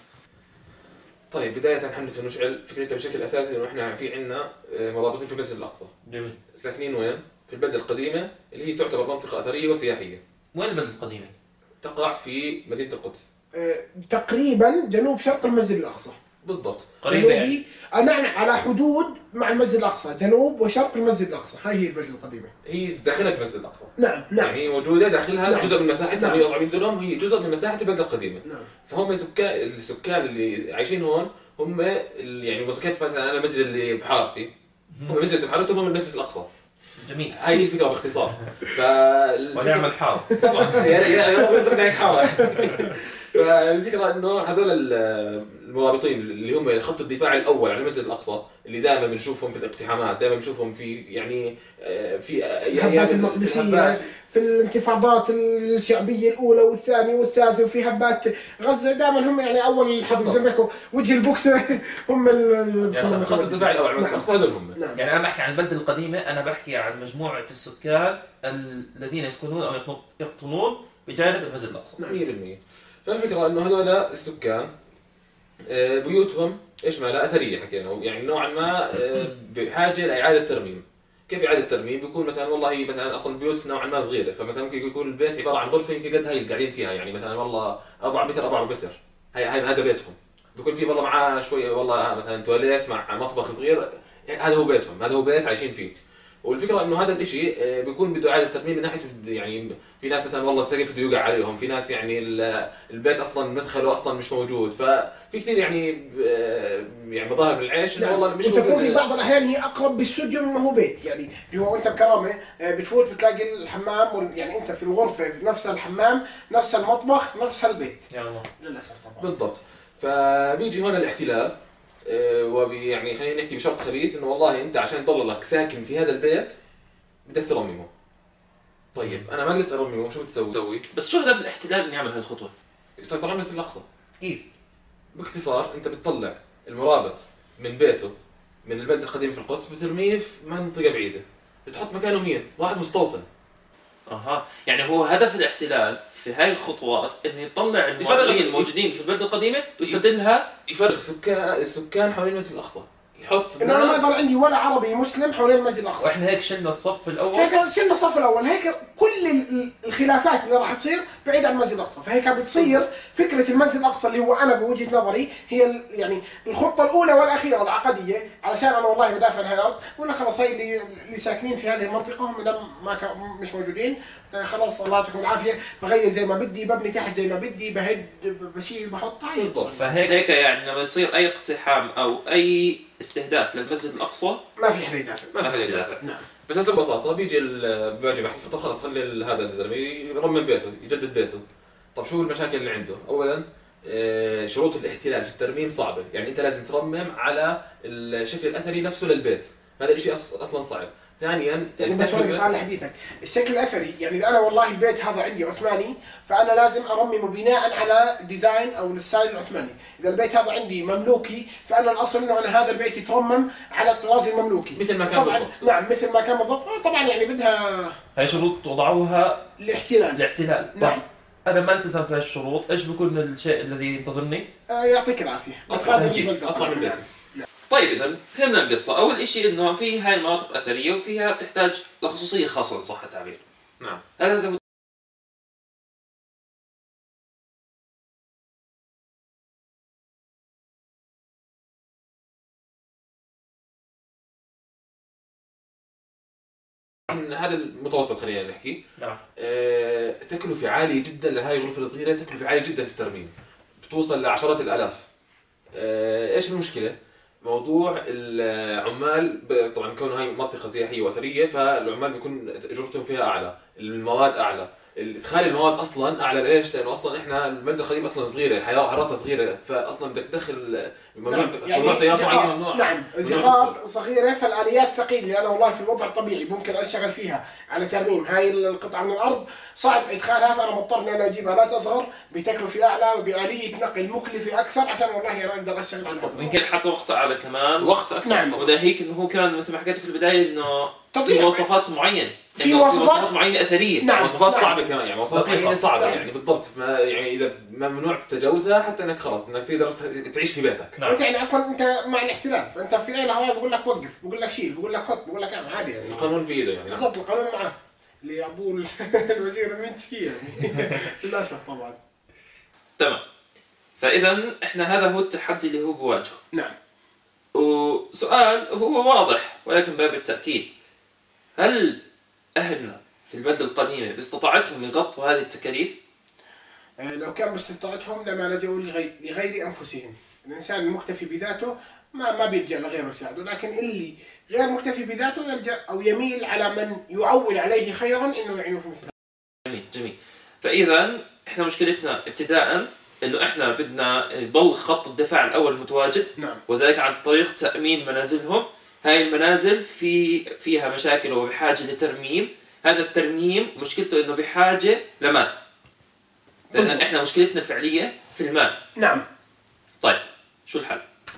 طيب بدايه حمله فنشعل فكرتها بشكل اساسي انه احنا في عندنا مرابطين في المسجد الاقصى. جميل. ساكنين وين؟ في البلده القديمه اللي هي تعتبر منطقه اثريه وسياحيه. وين البلده القديمه؟ تقع في مدينه القدس. آه، تقريبا جنوب شرق المسجد الأقصى. بالضبط. قريبه يعني. جنوبي آه، نعم، على حدود مع المسجد الأقصى، جنوب وشرق المسجد الأقصى. هاي هي البلدة القديمة. هي داخلها المسجد الاقصى. نعم نعم. يعني هي موجوده داخلها. نعم. جزء من مساحتها نعم. مية وأربعين درهم، هي جزء من مساحه البلده القديمه. نعم. فهم سكان السكان اللي عايشين هون هم ال- يعني بس كيف مثلا انا المسجد اللي بحارتي هم المسجد اللي بحارتهم هم المسجد الاقصى. جميل. هاي هي الفكره باختصار. ف ونعمل حاره. طبعا يا يا يا رب يرزقنا هيك حاره. فالفكره انه هذول المرابطين اللي هم خط الدفاع الاول على المسجد الاقصى اللي دائما بنشوفهم في الاقتحامات، دائما بنشوفهم في يعني آه، في الهبات المقدسية، في الانتفاضات الشعبية الأولى والثانية والثالثة، وفي هبات غزة دائما هم يعني أول حرب زي ما يحكوا وجه البوكسة هم ال يا سلام. خط الدفاع الاول على المسجد الاقصى هذول هم. نعم. يعني انا بحكي عن البلده القديمه، انا بحكي عن مجموعه السكان الذين يسكنون او يقطن- يقطنون بجانب المسجد الاقصى. مية بالمية. فالفكره انه هذول السكان آه، بيوتهم ايش ما لا اثريه حكينا، يعني نوعا ما آه، بحاجه لاعاده ترميم. كيف اعاده ترميم؟ بيكون مثلا والله مثلا اصلا البيوت نوعا ما صغيره، فمثلا ممكن يكون البيت عباره عن غرفه يمكن قد هاي اللي قاعدين فيها، يعني مثلا والله أربعة متر أربعة متر، هاي هاي هذا بيتهم. بيكون في والله معاه شويه والله مثلا تواليت مع مطبخ صغير، هذا هو بيتهم، هذا هو بيت عايشين فيه. والفكره انه هذا الشيء بيكون بده اعاده ترميم من ناحيه يعني في ناس مثلا والله السقف بده يوقع عليهم، في ناس يعني البيت اصلا مدخله اصلا مش موجود، ففي كثير يعني يعني مظاهر من العيش انه والله مش موجود. وتكون في بعض الاحيان هي اقرب باستوديو مما هو بيت، يعني اللي هو انت بكرامه بتفوت بتلاقي الحمام يعني انت في الغرفه في نفس الحمام نفس المطبخ نفس البيت. يا الله للاسف طبعا. بالضبط. فبيجي هون الاحتلال وبي يعني خلينا نحكي بشرط خبيث انه والله انت عشان تضلك ساكن في هذا البيت بدك ترممه. طيب انا ما قدرت ارممه، شو بتسوي؟ بس شو هدف الاحتلال انه يعمل هالخطوه؟ يسيطر على المسجد الاقصى. كيف؟ باختصار انت بتطلع المرابط من بيته من البلد القديم في القدس بترميه في منطقه بعيده، بتحط مكانه مين؟ واحد مستوطن. اها، يعني هو هدف الاحتلال في هاي الخطوات انه يطلع المواطنين الموجودين في البلد القديمه ويستبدلها، يفرغ سكان السكان حوالين المسجد الاقصى، يحط انه انا ما يضل عندي ولا عربي مسلم حوالين المسجد الاقصى. واحنا هيك شلنا الصف الاول، هيك شلنا الصف الاول، هيك كل الخلافات اللي راح تصير بعيد عن المسجد الاقصى، فهيك بتصير فكره المسجد الاقصى اللي هو انا بوجهه نظري هي يعني الخطه الاولى والاخيره العقديه، علشان انا والله بدافع عن هالارض، بقول لك خلاص هي اللي اللي ساكنين في هذه المنطقه هم ما مش موجودين، خلاص الله يعطيكم العافيه، بغير زي ما بدي، ببني تحت زي ما بدي، بهد بشيل بحط هاي. فهيك هيك يعني لما يصير اي اقتحام او اي استهداف للمسجد الاقصى ما في حدا يدافع، ما في حدا يدافع. نعم. بس هسه ببساطه بيجي بيجي بحكي طب خلص خلي هذا الزلمه يرمم بيته يجدد بيته. طب شو المشاكل اللي عنده؟ اولا شروط الاحتلال في الترميم صعبه، يعني انت لازم ترمم على الشكل الاثري نفسه للبيت، هذا الشيء اصلا صعب. ثانيا بس وين طالع حديثك الشكل الاثري، يعني اذا انا والله البيت هذا عندي عثماني فانا لازم ارممه بناء على ديزاين او الستايل العثماني، اذا البيت هذا عندي مملوكي فانا الاصل انه انا هذا البيت يترمم على الطراز المملوكي مثل ما كان بالضبط. نعم مثل ما كان بالضبط. طبعا يعني بدها هاي شروط وضعوها الاحتلال. الاحتلال نعم. انا ما التزم في هالشروط، ايش بيكون الشيء الذي ينتظرني؟ آه يعطيك العافيه، اطلع اطلع من بيتي. طيب إذا فهمنا القصة. أول شيء إنه في هاي المناطق أثرية وفيها بتحتاج لخصوصية خاصة إن صح التعبير. نعم. هذا هو هذا المتوسط خلينا نحكي. نعم. آه، تكلفة عالية جدا لهي الغرفة الصغيرة، تكلفة عالية جدا في الترميم، بتوصل لعشرات الآلاف. آه، إيش المشكلة؟ موضوع العمال طبعا كونه هاي منطقه سياحيه واثريه، فالعمال بيكون اجرتهم فيها اعلى، المواد اعلى، ادخال المواد اصلا اعلى. ليش؟ لانه اصلا احنا المبنى القديم اصلا صغيره، الحياه حرارتها صغيره، فاصلا بدك تدخل ممنوع نعم. يعني سيارات معينه ممنوع. نعم زقاق صغيره، فالاليات ثقيله. انا والله في الوضع الطبيعي ممكن اشتغل فيها على ترميم هاي القطعه من الارض، صعب ادخالها، فانا مضطر ان انا اجيب الات اصغر بتكلفه اعلى وباليه نقل مكلفه اكثر عشان والله انا اقدر اشتغل على الارض. يمكن حتى وقت اعلى كمان، وقت اكثر. نعم. وده هيك انه هو كان مثل ما حكيت في البدايه انه تضيع. في مواصفات معينه، في مواصفات معينه اثريه. نعم. مواصفات نعم. صعبه كمان، يعني مواصفات معينه صعبه. نعم. يعني بالضبط ما يعني اذا ممنوع تجاوزها حتى انك خلاص انك تقدر تعيش في بيتك. نعم. انت يعني عفوا انت مع الاحتلال، فانت في اي لحظه بقول لك وقف، بقول لك شيل، بقول لك حط، بقول لك اعمل عادي يعني. القانون بايده يعني. بالضبط القانون معاه اللي ابوه الوزير المنتشكي يعني للاسف طبعا. تمام. فاذا احنا هذا هو التحدي اللي هو بواجهه. نعم. وسؤال هو واضح ولكن باب التاكيد، هل اهلنا في البلده القديمه باستطاعتهم يغطوا هذه التكاليف؟ لو كان باستطاعتهم لما لجأوا لغير, لغير انفسهم. الانسان المكتفي بذاته ما ما بيلجأ لغيره يساعده، لكن اللي غير مكتفي بذاته يلجأ او يميل على من يعول عليه خيرا انه يعينه في مثل. جميل جميل. فاذا احنا مشكلتنا ابتداء انه احنا بدنا يضل خط الدفاع الاول متواجد. نعم. وذلك عن طريق تامين منازلهم. هاي المنازل في فيها مشاكل وبحاجه لترميم، هذا الترميم مشكلته انه بحاجه لمال. لأن احنا مشكلتنا الفعليه في المال. نعم. طيب شو الحل؟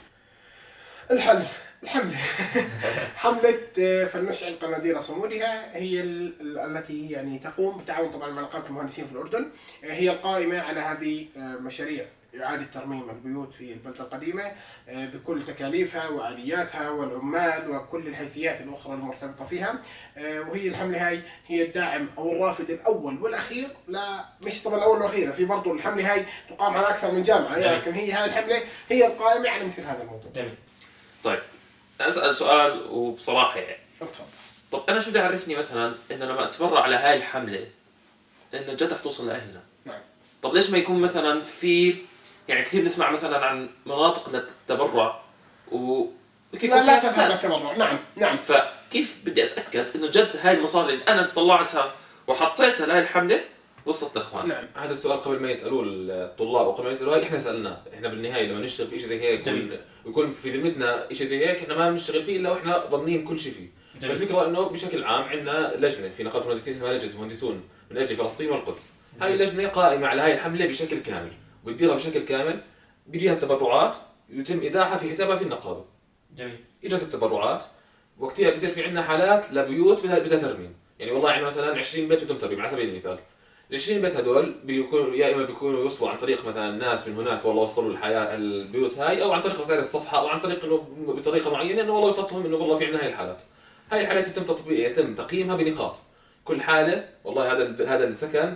الحل الحملة حملة فلنشعل قناديل صمودها هي التي يعني تقوم بالتعاون طبعا مع نقابة المهندسين في الأردن، هي القائمة على هذه المشاريع إعادة ترميم البيوت في البلدة القديمة بكل تكاليفها وآلياتها والعمال وكل الحيثيات الأخرى المرتبطة فيها. وهي الحملة هاي هي الداعم أو الرافد الأول والأخير، لا مش طبعا الأول والأخير، في برضه الحملة هاي تقام على أكثر من جامعة، لكن هي هاي الحملة هي القائمة على يعني مثل هذا الموضوع. جميل. طيب أسأل سؤال وبصراحة يعني اتفضل. طب انا شو بدي اعرفني مثلا انه لما اتبرع على هاي الحمله انه جد رح توصل لاهلنا؟ نعم. طب ليش ما يكون مثلا في، يعني كثير بنسمع مثلا عن مناطق للتبرع و لا لا تذهب للتبرع. نعم نعم. فكيف بدي اتاكد انه جد هاي المصاري اللي انا طلعتها وحطيتها لهي الحمله وصلت لاخواننا؟ نعم. هذا السؤال قبل ما يسالوه الطلاب وقبل ما يسالوه هاي احنا سالناه. احنا بالنهايه لما نشتغل في شيء زي هيك يكون, يكون في ذمتنا شيء زي هيك احنا ما بنشتغل فيه الا واحنا ضامنين كل شيء فيه. الفكره انه بشكل عام عندنا لجنه في نقابه المهندسين اسمها لجنه مهندسون من اجل فلسطين والقدس. هاي اللجنه قائمه على هاي الحمله بشكل كامل وبتديرها بشكل كامل. بيجيها التبرعات يتم ايداعها في حسابها في النقابه. جميل. اجت التبرعات وقتها بيصير في عندنا حالات لبيوت بدها بدها ترميم. يعني والله عندنا مثلا عشرين بيت بدهم ترميم على سبيل المثال. ال عشرين بيت هدول بيكونوا يا اما بيكونوا يوصلوا عن طريق مثلا ناس من هناك والله وصلوا الحياه البيوت هاي، او عن طريق رسائل الصفحه، او عن طريق انه بطريقه معينه انه والله وصلتهم انه والله في عندنا هاي الحالات. هاي الحالات يتم تطبيق يتم تقييمها بنقاط. كل حاله والله هذا هذا السكن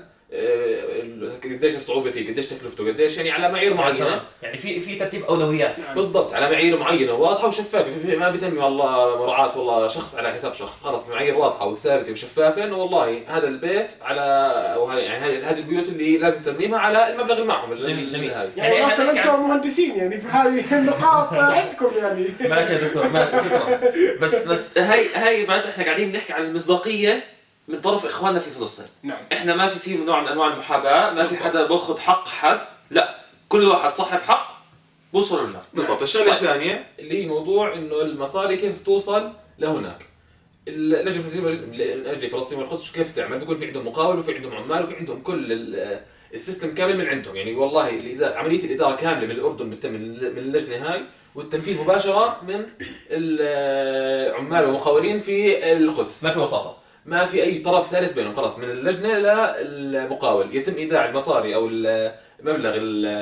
قديش الصعوبه فيه، قديش تكلفته، قديش يعني على معايير معينه. يعني في في ترتيب اولويات. نعم. بالضبط على معايير معينه واضحه وشفافه. ما بيتم والله مراعاه والله شخص على حساب شخص. خلص معايير واضحه وثابته وشفافه انه والله هذا البيت على او يعني هذه البيوت اللي لازم ترميمها على المبلغ اللي معهم. جميل جميل. يعني, يعني اصلا انتم مهندسين يعني في هذه النقاط عندكم يعني. ماشي يا دكتور ماشي شكرا. بس بس هاي هاي معناته احنا قاعدين نحكي عن المصداقيه من طرف اخواننا في فلسطين. نعم. احنا ما في فيه نوع من انواع المحاباه، ما في حدا باخذ حق حد، لا كل واحد صاحب حق بوصل لنا. بالضبط. الشغله الثانيه اللي هي موضوع انه المصاري كيف توصل لهناك. اللجنه من اجل فلسطين والقدس كيف تعمل؟ بيكون في عندهم مقاول وفي عندهم عمال وفي عندهم كل السيستم كامل من عندهم. يعني والله عمليه الاداره كامله من الاردن بتتم من اللجنه هاي، والتنفيذ مباشره من العمال والمقاولين في القدس. ما في وساطه، ما في اي طرف ثالث بينهم. خلاص من اللجنه للمقاول يتم ايداع المصاري او المبلغ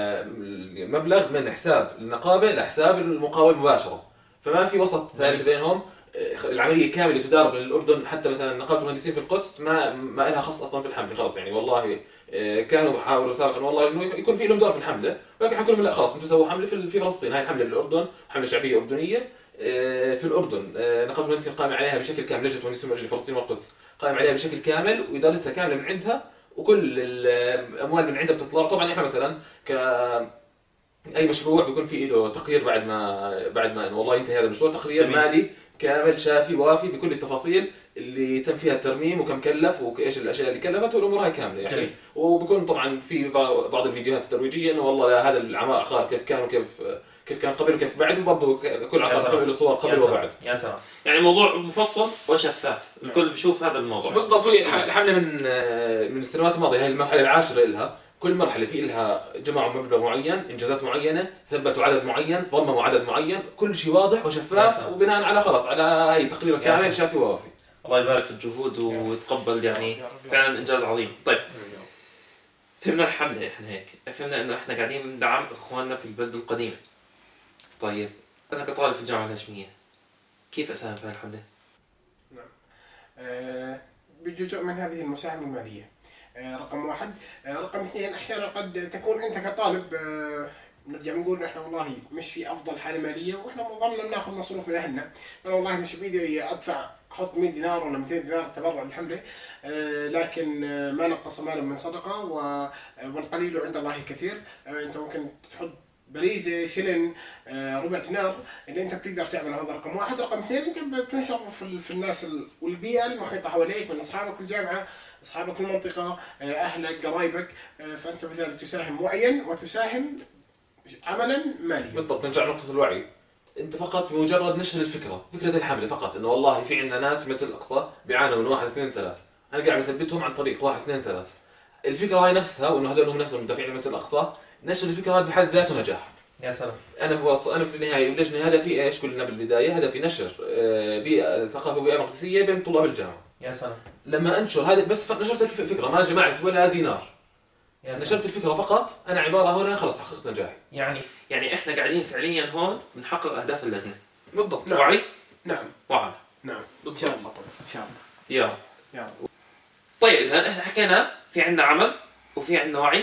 المبلغ من حساب النقابه لحساب المقاول مباشره. فما في وسط ثالث بينهم. العمليه كامله تدار من الاردن. حتى مثلا نقابه المهندسين في القدس ما ما لها خص اصلا في الحمله. خلاص يعني والله كانوا يحاولوا سابقا والله انه يكون في لهم دور في الحمله، ولكن حكوا لهم لا خلاص انتم سووا حمله في فلسطين. هاي الحمله في الاردن حمله شعبيه اردنيه في الأردن. نقابة المهندسين قائمة عليها بشكل كامل. لجنة المهندسين من أجل فلسطين والقدس قائمة عليها بشكل كامل وإدارتها كاملة من عندها، وكل الأموال من عندها بتطلع. طبعا إحنا مثلا ك أي مشروع بيكون في له تقرير بعد ما بعد ما والله انتهى هذا المشروع، تقرير جميل. مالي كامل شافي وافي بكل التفاصيل اللي تم فيها الترميم وكم كلف وايش الاشياء اللي كلفت والامور هاي كامله يعني. جميل. وبكون طبعا في بعض الفيديوهات الترويجيه انه والله هذا العقار كيف كان وكيف كيف كان قبل وكيف بعد، وبرضه كل عقار له صور قبل وبعد. يا سلام. يعني موضوع مفصل وشفاف، الكل بيشوف هذا الموضوع. بالضبط. الحمله من من السنوات الماضيه، هي المرحله العاشره لها. كل مرحله في لها جمعوا مبلغ معين، انجازات معينه، ثبتوا عدد معين، ضمموا عدد معين، كل شيء واضح وشفاف وبناء على خلاص على هي تقرير كامل شافي ووافي. الله يبارك في الجهود ويتقبل يعني فعلا انجاز عظيم. طيب فهمنا الحمله، احنا هيك فهمنا انه احنا قاعدين ندعم اخواننا في البلده القديمه. طيب انا كطالب في الجامعه الهاشميه كيف اساهم في الحمله؟ نعم. أه بجزء من هذه المساهمه الماليه. أه رقم واحد. أه رقم اثنين، احيانا قد تكون انت كطالب أه نرجع نقول احنا والله مش في افضل حاله ماليه واحنا معظمنا بناخذ مصروف من اهلنا، انا والله مش بايدي ادفع احط مئة دينار ولا مئتين دينار تبرع للحمله، أه لكن أه ما نقص مالا من صدقه والقليل عند الله كثير. أه انت ممكن تحط بريزه شلن أه ربع دينار اللي انت بتقدر تعمل. هذا رقم واحد. رقم اثنين، انت بتنشر في, في الناس والبيئه المحيطه حواليك من اصحابك الجامعه، اصحابك المنطقه، اهلك، قرايبك، أه فانت بذلك تساهم وعيا وتساهم عملا ماليا. بالضبط. نرجع لنقطة الوعي. انت فقط بمجرد نشر الفكرة، فكرة الحملة فقط، انه والله في عندنا ناس في مسجد الاقصى بيعانوا من واحد اثنين ثلاث، انا قاعد بثبتهم عن طريق واحد اثنين ثلاث. الفكرة هاي نفسها وانه هذول هم نفسهم مدافعين المسجد الاقصى، نشر الفكرة هذه بحد ذاته نجاح. يا سلام. انا بوص... انا في النهاية اللجنة هدفي ايش؟ قلنا بالبداية هدفي نشر بيئة ثقافة وبيئة مقدسية بين طلاب الجامعة. يا سلام. لما انشر هذا بس نشرت الفكرة، ما جمعت ولا دينار. نشرت الفكرة فقط، أنا عبارة هنا خلاص حققت نجاحي. يعني يعني إحنا قاعدين فعليا هون بنحقق أهداف اللجنة. بالضبط. نعم. وعي؟ نعم. وعي. نعم. إن شاء الله طبعا. إن شاء الله. يا. يا. طيب إذا إحنا حكينا في عندنا عمل وفي عندنا وعي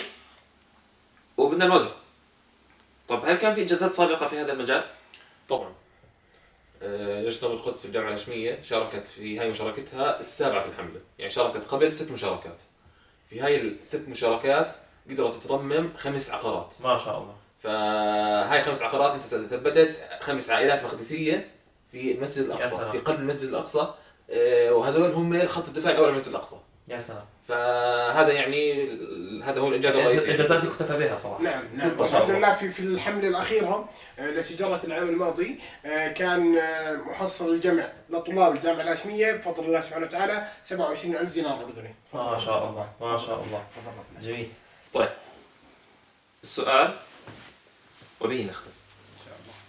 وبدنا نوزع. طب هل كان في إنجازات سابقة في هذا المجال؟ طبعا. لجنة طب القدس في الجامعة الهاشمية شاركت في هاي مشاركتها السابعة في الحملة، يعني شاركت قبل ست مشاركات. في هاي الست مشاركات قدرت ترمم خمس عقارات. ما شاء الله. فهاي خمس عقارات انت ثبتت خمس عائلات مقدسية في المسجد الأقصى، في قلب المسجد الأقصى، وهذول هم خط الدفاع الأول على المسجد الأقصى. يا سلام. فهذا يعني هذا هو الإنجاز الرئيسي. إنجازات يكتفى بها صراحة. نعم نعم. الحمد لله في في الحملة الأخيرة التي جرت العام الماضي كان محصل الجمع لطلاب الجامعة الهاشمية بفضل الله سبحانه وتعالى سبعة وعشرين ألف دينار أردني. ما شاء الله ما شاء الله. جميل. طيب السؤال وبه نختم. إن شاء الله.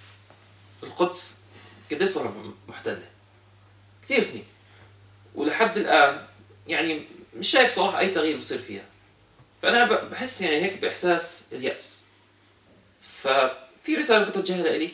القدس قد صار محتلة كثير سنين ولحد الآن يعني مش شايف صراحة أي تغيير بصير فيها. فأنا بحس يعني هيك بإحساس اليأس. ففي رسالة كنت توجهها لي؟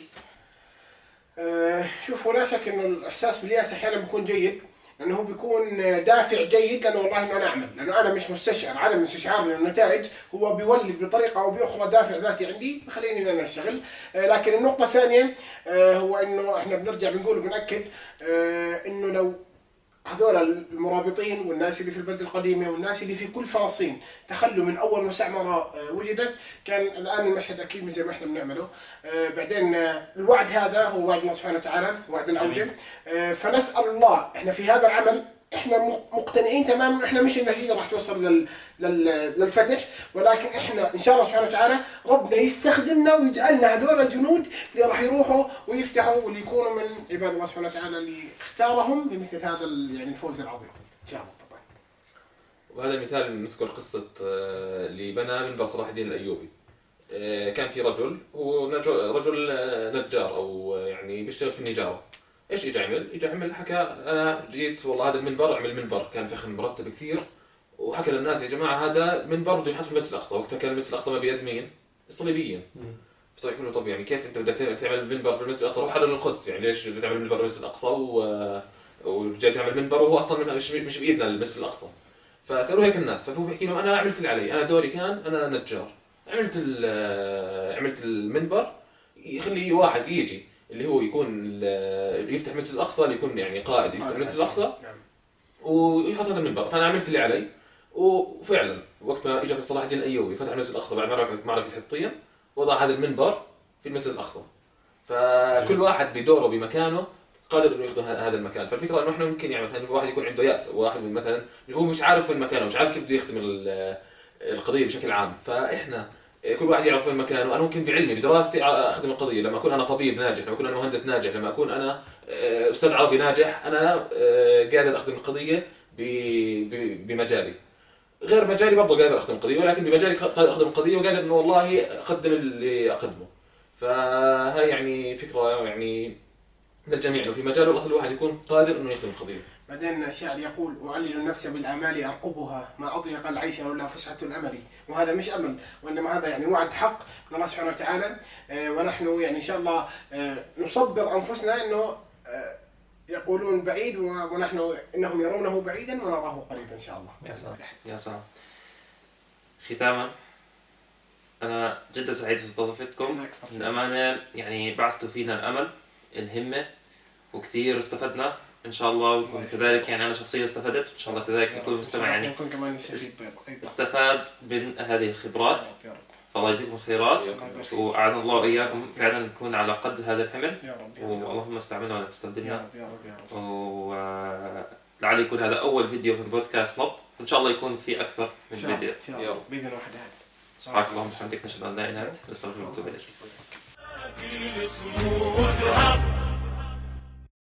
أه شوف ولا شك إنه الإحساس باليأس أحيانا بيكون جيد، لأنه هو بيكون دافع جيد، لأنه والله إنه أنا أعمل، لأنه أنا مش مستشعر، عدم استشعار للنتائج هو بيولد بطريقة أو بأخرى دافع ذاتي عندي بخليني إن أنا أشتغل. أه لكن النقطة الثانية أه هو إنه إحنا بنرجع بنقول وبنأكد أه إنه لو هذول المرابطين والناس اللي في البلد القديمة والناس اللي في كل فلسطين تخلوا من أول مستعمرة وجدت، كان الآن المشهد أكيد مش زي ما إحنا بنعمله. بعدين الوعد هذا هو وعد الله سبحانه وتعالى، وعد العودة. فنسأل الله إحنا في هذا العمل إحنا مقتنعين تماما إحنا مش النتيجة راح توصل لل... لل... للفتح، ولكن إحنا إن شاء الله سبحانه وتعالى ربنا يستخدمنا ويجعلنا هذول الجنود اللي راح يروحوا ويفتحوا واللي يكونوا من عباد الله سبحانه وتعالى اللي اختارهم لمثل هذا يعني الفوز العظيم إن شاء الله طبعا. وهذا المثال نذكر قصة اللي بنى منبر صلاح الدين الأيوبي. كان في رجل هو رجل نجار أو يعني بيشتغل في النجارة. ايش اجى عمل؟ اجى عمل حكى انا جيت والله هذا المنبر، عمل منبر كان فخم مرتب كثير، وحكى للناس يا جماعه هذا منبر بده ينحط في المسجد الاقصى. وقتها كان المسجد الاقصى ما بيد مين؟ الصليبيين. فصار يقولوا طب يعني كيف انت بدك تعمل منبر في المسجد الاقصى؟ روح على القدس، يعني ليش بدك تعمل منبر في المسجد الاقصى و وجاي تعمل منبر وهو اصلا مش مش بايدنا المسجد الاقصى. فسالوه هيك الناس، فهو بيحكي لهم انا عملت اللي علي، انا دوري كان انا نجار، عملت عملت المنبر يخلي واحد يجي اللي هو يكون يفتح المسجد الأقصى، اللي يكون يعني قائد يفتح المسجد الأقصى ويحط هذا المنبر. فأنا عملت اللي علي، وفعلا وقت ما إجا صلاح الدين الأيوبي فتح المسجد الأقصى بعد معركة معركة حطين، وضع هذا المنبر في المسجد الأقصى. فكل واحد بدوره بمكانه قادر إنه يخدم هذا المكان. فالفكرة إنه إحنا ممكن يعني مثلا واحد يكون عنده يأس، واحد مثلا هو مش عارف وين مكانه، مش عارف كيف بده يخدم القضية بشكل عام. فإحنا كل واحد يعرف وين مكانه. انا ممكن بعلمي بدراستي اخدم القضيه، لما اكون انا طبيب ناجح، لما اكون انا مهندس ناجح، لما اكون انا استاذ عربي ناجح، انا قادر اخدم القضيه بمجالي. غير مجالي برضه قادر اخدم القضيه، ولكن بمجالي قادر اخدم القضيه وقادر انه والله اقدم اللي اقدمه. فهاي يعني فكره يعني للجميع انه في مجاله الاصل الواحد يكون قادر انه يخدم القضيه. بعدين الشاعر يقول أعلل النفس بالآمال أرقبها ما أضيق العيش ولا فسحة الأمل. وهذا مش أمل، وإنما هذا يعني وعد حق من الله سبحانه وتعالى. ونحن يعني إن شاء الله نصبر أنفسنا إنه يقولون بعيد ونحن إنهم يرونه بعيدا ونراه قريبا إن شاء الله. يا سلام يا سلام. ختاما أنا جدا سعيد في استضافتكم. الأمانة يعني بعثتوا فينا الأمل الهمة وكثير استفدنا إن شاء الله، وكم كذلك يعني أنا شخصيا استفدت، إن شاء الله كذلك يكون المستمع يعني استفاد من هذه الخبرات. فالله يجزيكم خيرات، وأعان الله وإياكم فعلا نكون على قد هذا الحمل، واللهم استعملنا ولا تستبدلنا. ولعل يكون هذا أول فيديو من بودكاست نبض، وإن شاء الله يكون في أكثر من فيديو بإذن واحد هذا. سبحانك اللهم وبحمدك، نشهد أن لا إله إلا أنت، نستغفرك ونتوب إليك.